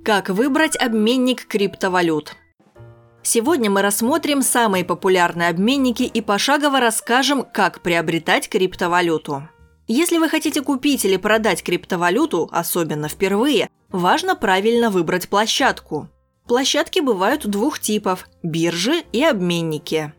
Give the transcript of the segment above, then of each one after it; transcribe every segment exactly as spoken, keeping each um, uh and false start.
Как выбрать обменник криптовалют? Сегодня мы рассмотрим самые популярные обменники и пошагово расскажем, как приобретать криптовалюту. Если вы хотите купить или продать криптовалюту, особенно впервые, важно правильно выбрать площадку. Площадки бывают двух типов – биржи и обменники.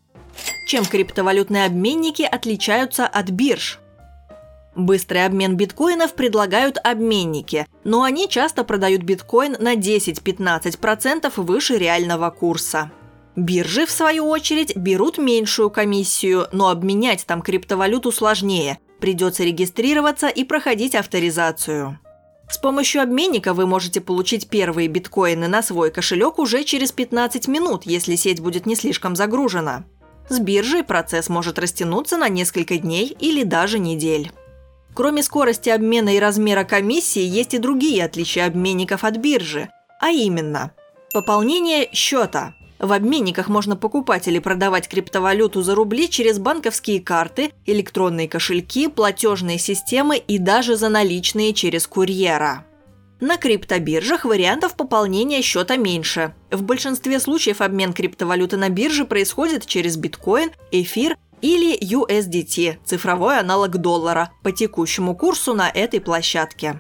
Чем криптовалютные обменники отличаются от бирж? Быстрый обмен биткоинов предлагают обменники, но они часто продают биткоин на десять-пятнадцать процентов выше реального курса. Биржи, в свою очередь, берут меньшую комиссию, но обменять там криптовалюту сложнее, придется регистрироваться и проходить авторизацию. С помощью обменника вы можете получить первые биткоины на свой кошелек уже через пятнадцать минут, если сеть будет не слишком загружена. С биржей процесс может растянуться на несколько дней или даже недель. Кроме скорости обмена и размера комиссии, есть и другие отличия обменников от биржи, а именно пополнение счета. В обменниках можно покупать или продавать криптовалюту за рубли через банковские карты, электронные кошельки, платежные системы и даже за наличные через курьера. На криптобиржах вариантов пополнения счета меньше. В большинстве случаев обмен криптовалюты на бирже происходит через биткоин, эфир или ю эс ди ти – цифровой аналог доллара, по текущему курсу на этой площадке.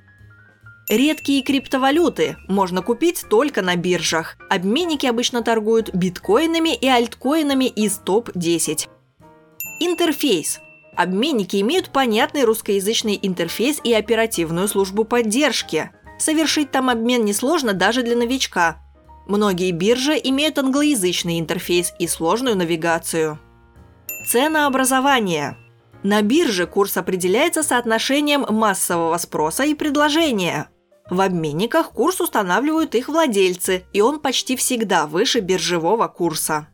Редкие криптовалюты можно купить только на биржах. Обменники обычно торгуют биткоинами и альткоинами из топ десять. Интерфейс. Обменники имеют понятный русскоязычный интерфейс и оперативную службу поддержки. Совершить там обмен несложно даже для новичка. Многие биржи имеют англоязычный интерфейс и сложную навигацию. Ценообразование. На бирже курс определяется соотношением массового спроса и предложения. В обменниках курс устанавливают их владельцы, и он почти всегда выше биржевого курса.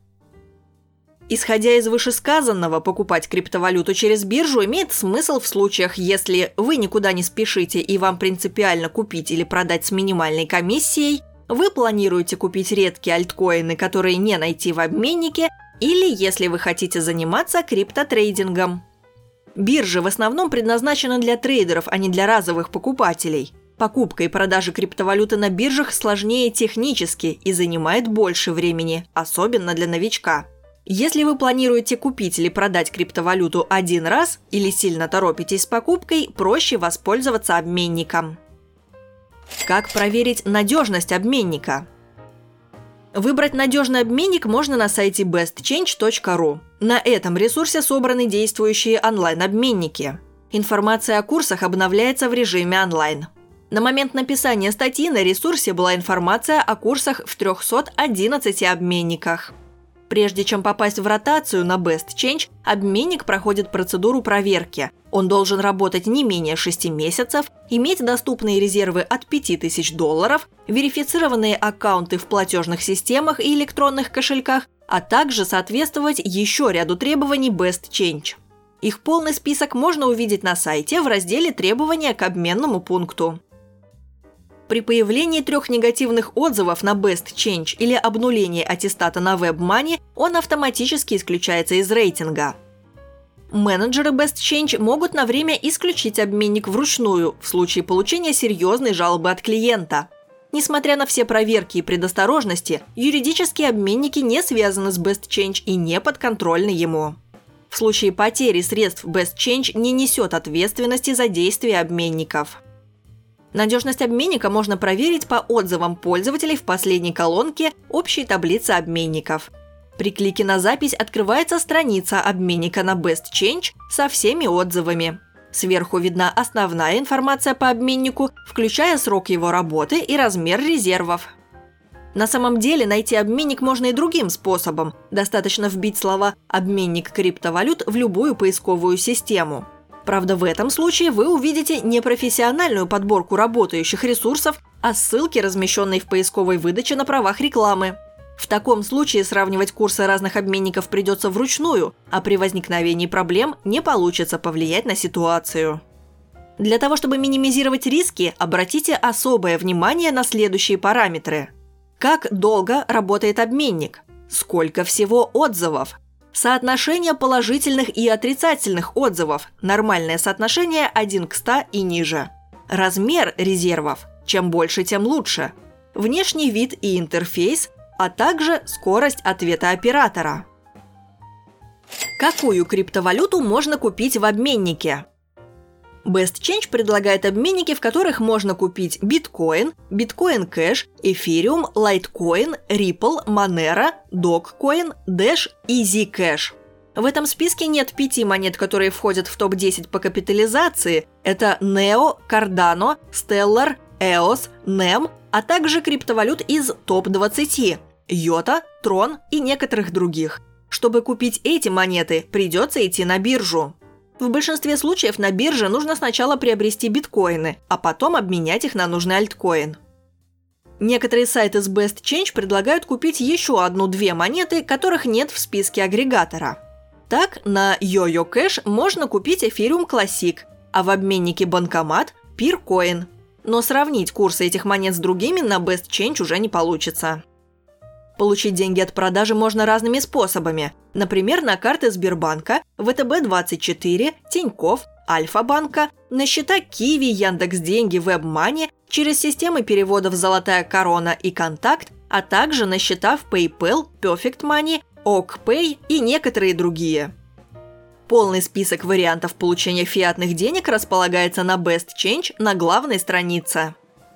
Исходя из вышесказанного, покупать криптовалюту через биржу имеет смысл в случаях, если вы никуда не спешите и вам принципиально купить или продать с минимальной комиссией, вы планируете купить редкие альткоины, которые не найти в обменнике, или если вы хотите заниматься криптотрейдингом. Биржи в основном предназначены для трейдеров, а не для разовых покупателей. Покупка и продажа криптовалюты на биржах сложнее технически и занимает больше времени, особенно для новичка. Если вы планируете купить или продать криптовалюту один раз или сильно торопитесь с покупкой, проще воспользоваться обменником. Как проверить надежность обменника? Выбрать надежный обменник можно на сайте бест чейндж точка ру. На этом ресурсе собраны действующие онлайн-обменники. Информация о курсах обновляется в режиме онлайн. На момент написания статьи на ресурсе была информация о курсах в трёхстах одиннадцати обменниках. Прежде чем попасть в ротацию на BestChange, обменник проходит процедуру проверки. Он должен работать не менее шести месяцев, иметь доступные резервы от пяти тысяч долларов, верифицированные аккаунты в платежных системах и электронных кошельках, а также соответствовать еще ряду требований BestChange. Их полный список можно увидеть на сайте в разделе «Требования к обменному пункту». При появлении трех негативных отзывов на BestChange или обнулении аттестата на WebMoney он автоматически исключается из рейтинга. Менеджеры BestChange могут на время исключить обменник вручную в случае получения серьезной жалобы от клиента. Несмотря на все проверки и предосторожности, юридические обменники не связаны с BestChange и не подконтрольны ему. В случае потери средств BestChange не несет ответственности за действия обменников. Надежность обменника можно проверить по отзывам пользователей в последней колонке общей таблицы обменников. При клике на запись открывается страница обменника на BestChange со всеми отзывами. Сверху видна основная информация по обменнику, включая срок его работы и размер резервов. На самом деле найти обменник можно и другим способом. Достаточно вбить слова «обменник криптовалют» в любую поисковую систему. Правда, в этом случае вы увидите не профессиональную подборку работающих ресурсов, а ссылки, размещенные в поисковой выдаче на правах рекламы. В таком случае сравнивать курсы разных обменников придется вручную, а при возникновении проблем не получится повлиять на ситуацию. Для того, чтобы минимизировать риски, обратите особое внимание на следующие параметры. Как долго работает обменник? Сколько всего отзывов? Соотношение положительных и отрицательных отзывов. Нормальное соотношение один к ста и ниже. Размер резервов. Чем больше, тем лучше. внешний вид и интерфейс, а также скорость ответа оператора. Какую криптовалюту можно купить в обменнике? BestChange предлагает обменники, в которых можно купить биткоин, биткоин кэш, эфириум, лайткоин, Ripple, Monero, Dogecoin, Dash и Zcash. В этом списке нет пяти монет, которые входят в топ десять по капитализации. Это Neo, Cardano, Stellar, и о эс, нэм, а также криптовалют из топ двадцати – Йота, Трон и некоторых других. Чтобы купить эти монеты, придется идти на биржу. В большинстве случаев на бирже нужно сначала приобрести биткоины, а потом обменять их на нужный альткоин. Некоторые сайты с BestChange предлагают купить еще одну-две монеты, которых нет в списке агрегатора. Так, на YoYo Cash можно купить Ethereum Classic, а в обменнике Банкомат – Peercoin. Но сравнить курсы этих монет с другими на BestChange уже не получится. Получить деньги от продажи можно разными способами. Например, на карты Сбербанка, вэ тэ бэ двадцать четыре, Тинькофф, Альфа-банка, на счета Киви, Яндекс.Деньги, WebMoney, через системы переводов «Золотая корона» и «Контакт», а также на счета в PayPal, Perfect Money, OkPay и некоторые другие. Полный список вариантов получения фиатных денег располагается на BestChange на главной странице.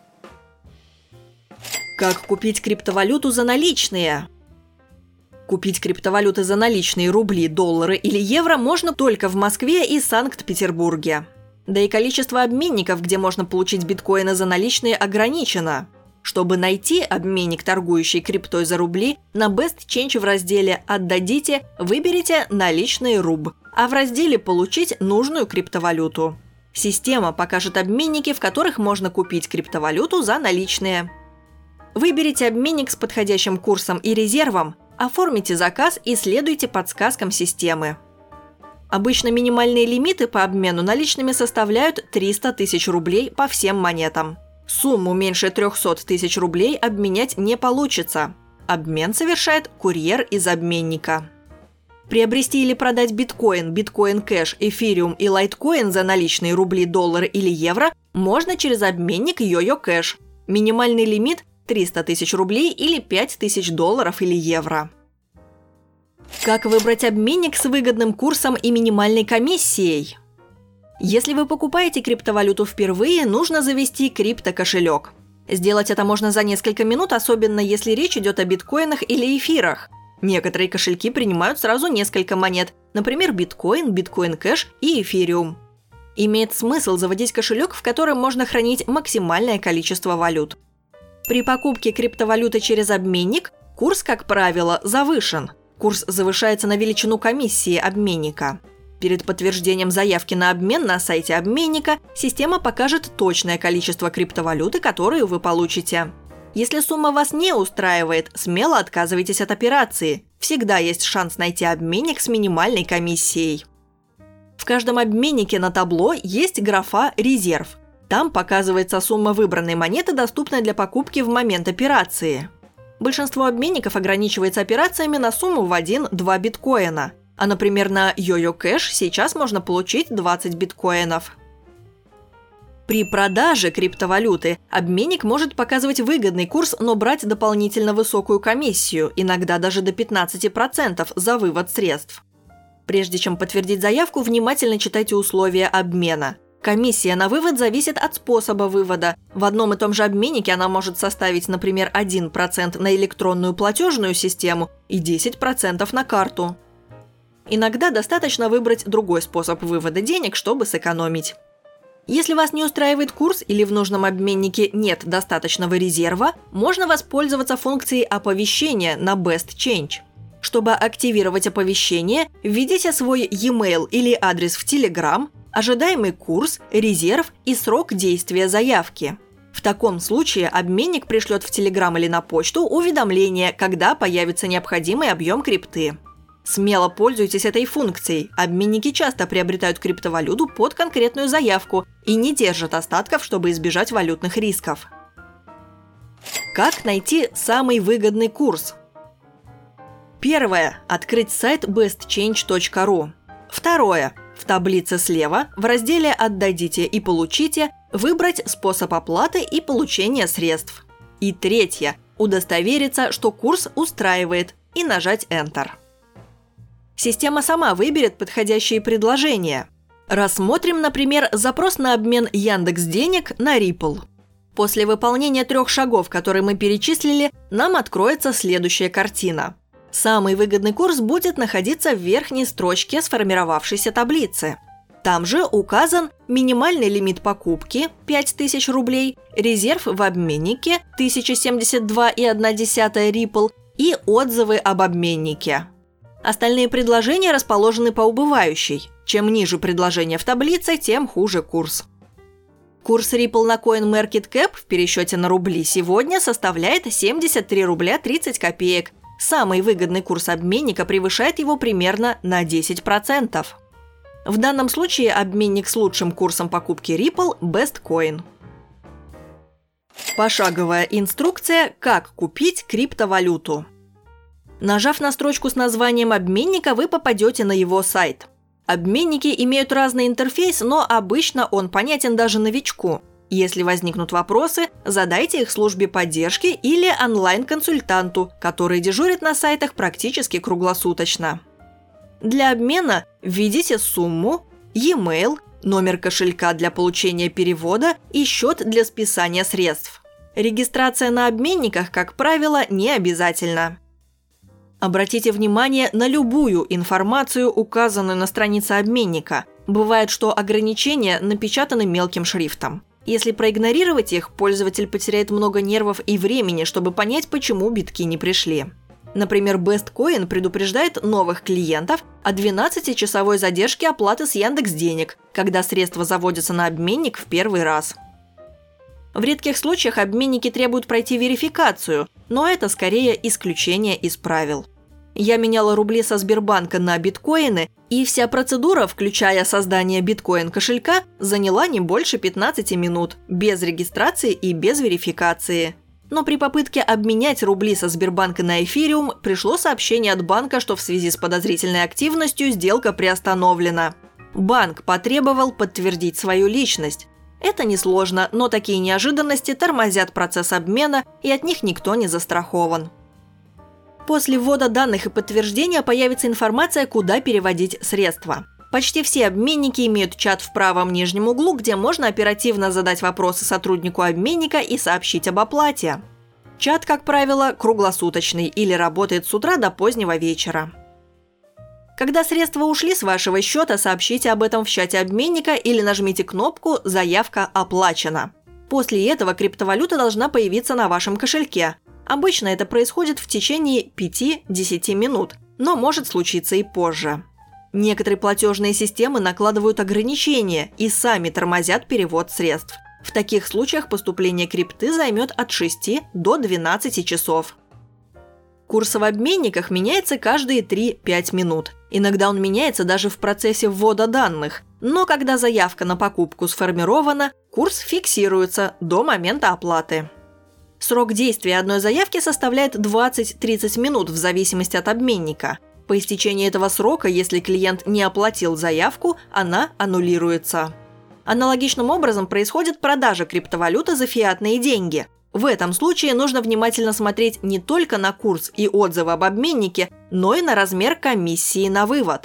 Как купить криптовалюту за наличные? Купить криптовалюты за наличные рубли, доллары или евро можно только в Москве и Санкт-Петербурге. Да и количество обменников, где можно получить биткоины за наличные, ограничено. Чтобы найти обменник, торгующий криптой за рубли, на BestChange в разделе «Отдадите» выберите «Наличные руб», а в разделе «Получить» нужную криптовалюту. Система покажет обменники, в которых можно купить криптовалюту за наличные. Выберите обменник с подходящим курсом и резервом, оформите заказ и следуйте подсказкам системы. Обычно минимальные лимиты по обмену наличными составляют триста тысяч рублей по всем монетам. Сумму меньше трехсот тысяч рублей обменять не получится. Обмен совершает курьер из обменника. Приобрести или продать биткоин, биткоин кэш, эфириум и лайткоин за наличные рубли, доллары или евро можно через обменник YoYo Cash. Минимальный лимит – триста тысяч рублей или пять тысяч долларов или евро. Как выбрать обменник с выгодным курсом и минимальной комиссией? Если вы покупаете криптовалюту впервые, нужно завести криптокошелек. Сделать это можно за несколько минут, особенно если речь идет о биткоинах или эфирах. Некоторые кошельки принимают сразу несколько монет, например, биткоин, биткоин кэш и эфириум. Имеет смысл заводить кошелек, в котором можно хранить максимальное количество валют. При покупке криптовалюты через обменник курс, как правило, завышен. Курс завышается на величину комиссии обменника. Перед подтверждением заявки на обмен на сайте обменника система покажет точное количество криптовалюты, которую вы получите. Если сумма вас не устраивает, смело отказывайтесь от операции. Всегда есть шанс найти обменник с минимальной комиссией. В каждом обменнике на табло есть графа «Резерв». Там показывается сумма выбранной монеты, доступная для покупки в момент операции. Большинство обменников ограничивается операциями на сумму в один-два биткоина. А, например, на YoYo Cash сейчас можно получить двадцать биткоинов. При продаже криптовалюты обменник может показывать выгодный курс, но брать дополнительно высокую комиссию, иногда даже до пятнадцати процентов за вывод средств. Прежде чем подтвердить заявку, внимательно читайте условия обмена. Комиссия на вывод зависит от способа вывода. В одном и том же обменнике она может составить, например, один процент на электронную платежную систему и десять процентов на карту. Иногда достаточно выбрать другой способ вывода денег, чтобы сэкономить. Если вас не устраивает курс или в нужном обменнике нет достаточного резерва, можно воспользоваться функцией оповещения на BestChange. Чтобы активировать оповещение, введите свой e-mail или адрес в Telegram, ожидаемый курс, резерв и срок действия заявки. В таком случае обменник пришлет в Telegram или на почту уведомление, когда появится необходимый объем крипты. Смело пользуйтесь этой функцией. Обменники часто приобретают криптовалюту под конкретную заявку и не держат остатков, чтобы избежать валютных рисков. Как найти самый выгодный курс? Первое. Открыть сайт bestchange точка ру. Второе. В таблице слева в разделе «Отдадите и получите» выбрать способ оплаты и получения средств. И третье – удостовериться, что курс устраивает, и нажать Enter. Система сама выберет подходящие предложения. Рассмотрим, например, запрос на обмен Яндекс.Денег на Ripple. После выполнения трех шагов, которые мы перечислили, нам откроется следующая картина. Самый выгодный курс будет находиться в верхней строчке сформировавшейся таблицы. Там же указан минимальный лимит покупки – пять тысяч рублей, резерв в обменнике – тысяча семьдесят два и одна десятая Ripple и отзывы об обменнике. Остальные предложения расположены по убывающей. Чем ниже предложение в таблице, тем хуже курс. Курс Ripple на CoinMarketCap в пересчете на рубли сегодня составляет семьдесят три рубля тридцать копеек. Самый выгодный курс обменника превышает его примерно на десять процентов. В данном случае обменник с лучшим курсом покупки Ripple – BestCoin. Пошаговая инструкция «Как купить криптовалюту». Нажав на строчку с названием обменника, вы попадете на его сайт. Обменники имеют разный интерфейс, но обычно он понятен даже новичку. Если возникнут вопросы, задайте их службе поддержки или онлайн-консультанту, который дежурит на сайтах практически круглосуточно. Для обмена введите сумму, e-mail, номер кошелька для получения перевода и счет для списания средств. Регистрация на обменниках, как правило, не обязательна. Обратите внимание на любую информацию, указанную на странице обменника. Бывает, что ограничения напечатаны мелким шрифтом. Если проигнорировать их, пользователь потеряет много нервов и времени, чтобы понять, почему битки не пришли. Например, BestCoin предупреждает новых клиентов о двенадцатичасовой задержке оплаты с Яндекс.Денег, когда средства заводятся на обменник в первый раз. В редких случаях обменники требуют пройти верификацию, но это скорее исключение из правил. Я меняла рубли со Сбербанка на биткоины, и вся процедура, включая создание биткоин-кошелька, заняла не больше пятнадцати минут, без регистрации и без верификации. Но при попытке обменять рубли со Сбербанка на эфириум пришло сообщение от банка, что в связи с подозрительной активностью сделка приостановлена. Банк потребовал подтвердить свою личность. Это несложно, но такие неожиданности тормозят процесс обмена, и от них никто не застрахован. После ввода данных и подтверждения появится информация, куда переводить средства. Почти все обменники имеют чат в правом нижнем углу, где можно оперативно задать вопросы сотруднику обменника и сообщить об оплате. Чат, как правило, круглосуточный или работает с утра до позднего вечера. Когда средства ушли с вашего счета, сообщите об этом в чате обменника или нажмите кнопку «Заявка оплачена». После этого криптовалюта должна появиться на вашем кошельке. Обычно это происходит в течение пяти-десяти минут, но может случиться и позже. Некоторые платежные системы накладывают ограничения и сами тормозят перевод средств. В таких случаях поступление крипты займет от шести до двенадцати часов. Курс в обменниках меняется каждые три-пять минут. Иногда он меняется даже в процессе ввода данных. Но когда заявка на покупку сформирована, курс фиксируется до момента оплаты. Срок действия одной заявки составляет двадцать-тридцать минут в зависимости от обменника. По истечении этого срока, если клиент не оплатил заявку, она аннулируется. Аналогичным образом происходит продажа криптовалюты за фиатные деньги. В этом случае нужно внимательно смотреть не только на курс и отзывы об обменнике, но и на размер комиссии на вывод.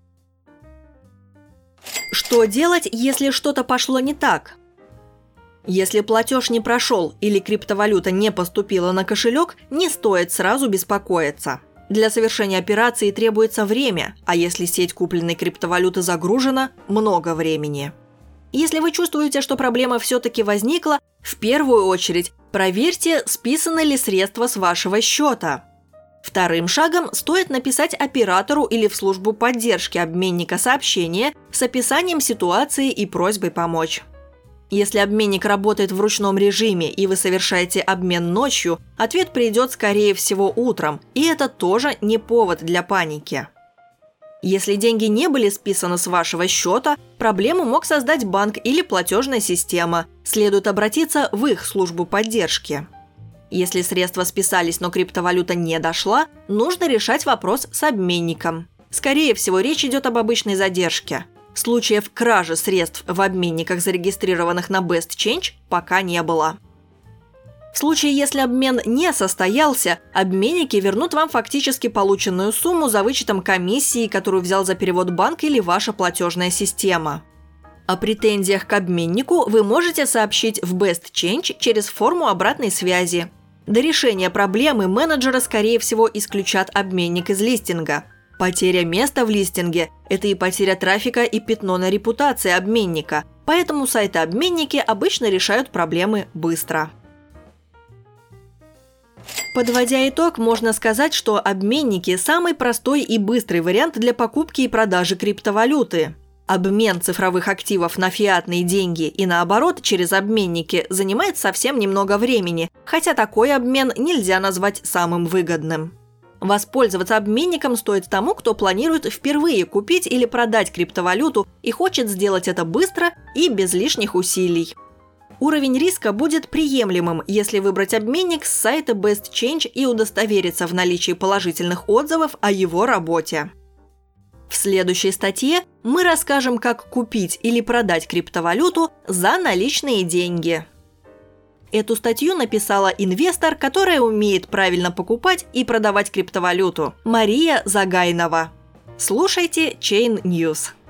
Что делать, если что-то пошло не так? Если платеж не прошел или криптовалюта не поступила на кошелек, не стоит сразу беспокоиться. Для совершения операции требуется время, а если сеть купленной криптовалюты загружена – много времени. Если вы чувствуете, что проблема все-таки возникла, в первую очередь проверьте, списаны ли средства с вашего счета. Вторым шагом стоит написать оператору или в службу поддержки обменника сообщение с описанием ситуации и просьбой помочь. Если обменник работает в ручном режиме и вы совершаете обмен ночью, ответ придет, скорее всего, утром, и это тоже не повод для паники. Если деньги не были списаны с вашего счета, проблему мог создать банк или платежная система. Следует обратиться в их службу поддержки. Если средства списались, но криптовалюта не дошла, нужно решать вопрос с обменником. Скорее всего, речь идет об обычной задержке. Случаев кражи средств в обменниках, зарегистрированных на BestChange, пока не было. В случае, если обмен не состоялся, обменники вернут вам фактически полученную сумму за вычетом комиссии, которую взял за перевод банк или ваша платежная система. О претензиях к обменнику вы можете сообщить в Best Change через форму обратной связи. До решения проблемы менеджера, скорее всего, исключат обменник из листинга. Потеря места в листинге – это и потеря трафика, и пятно на репутации обменника, поэтому сайты-обменники обычно решают проблемы быстро. Подводя итог, можно сказать, что обменники – самый простой и быстрый вариант для покупки и продажи криптовалюты. Обмен цифровых активов на фиатные деньги и наоборот через обменники занимает совсем немного времени, хотя такой обмен нельзя назвать самым выгодным. Воспользоваться обменником стоит тому, кто планирует впервые купить или продать криптовалюту и хочет сделать это быстро и без лишних усилий. Уровень риска будет приемлемым, если выбрать обменник с сайта Best Change и удостовериться в наличии положительных отзывов о его работе. В следующей статье мы расскажем, как купить или продать криптовалюту за наличные деньги. Эту статью написала инвестор, которая умеет правильно покупать и продавать криптовалюту – Мария Загайнова. Слушайте Chain News.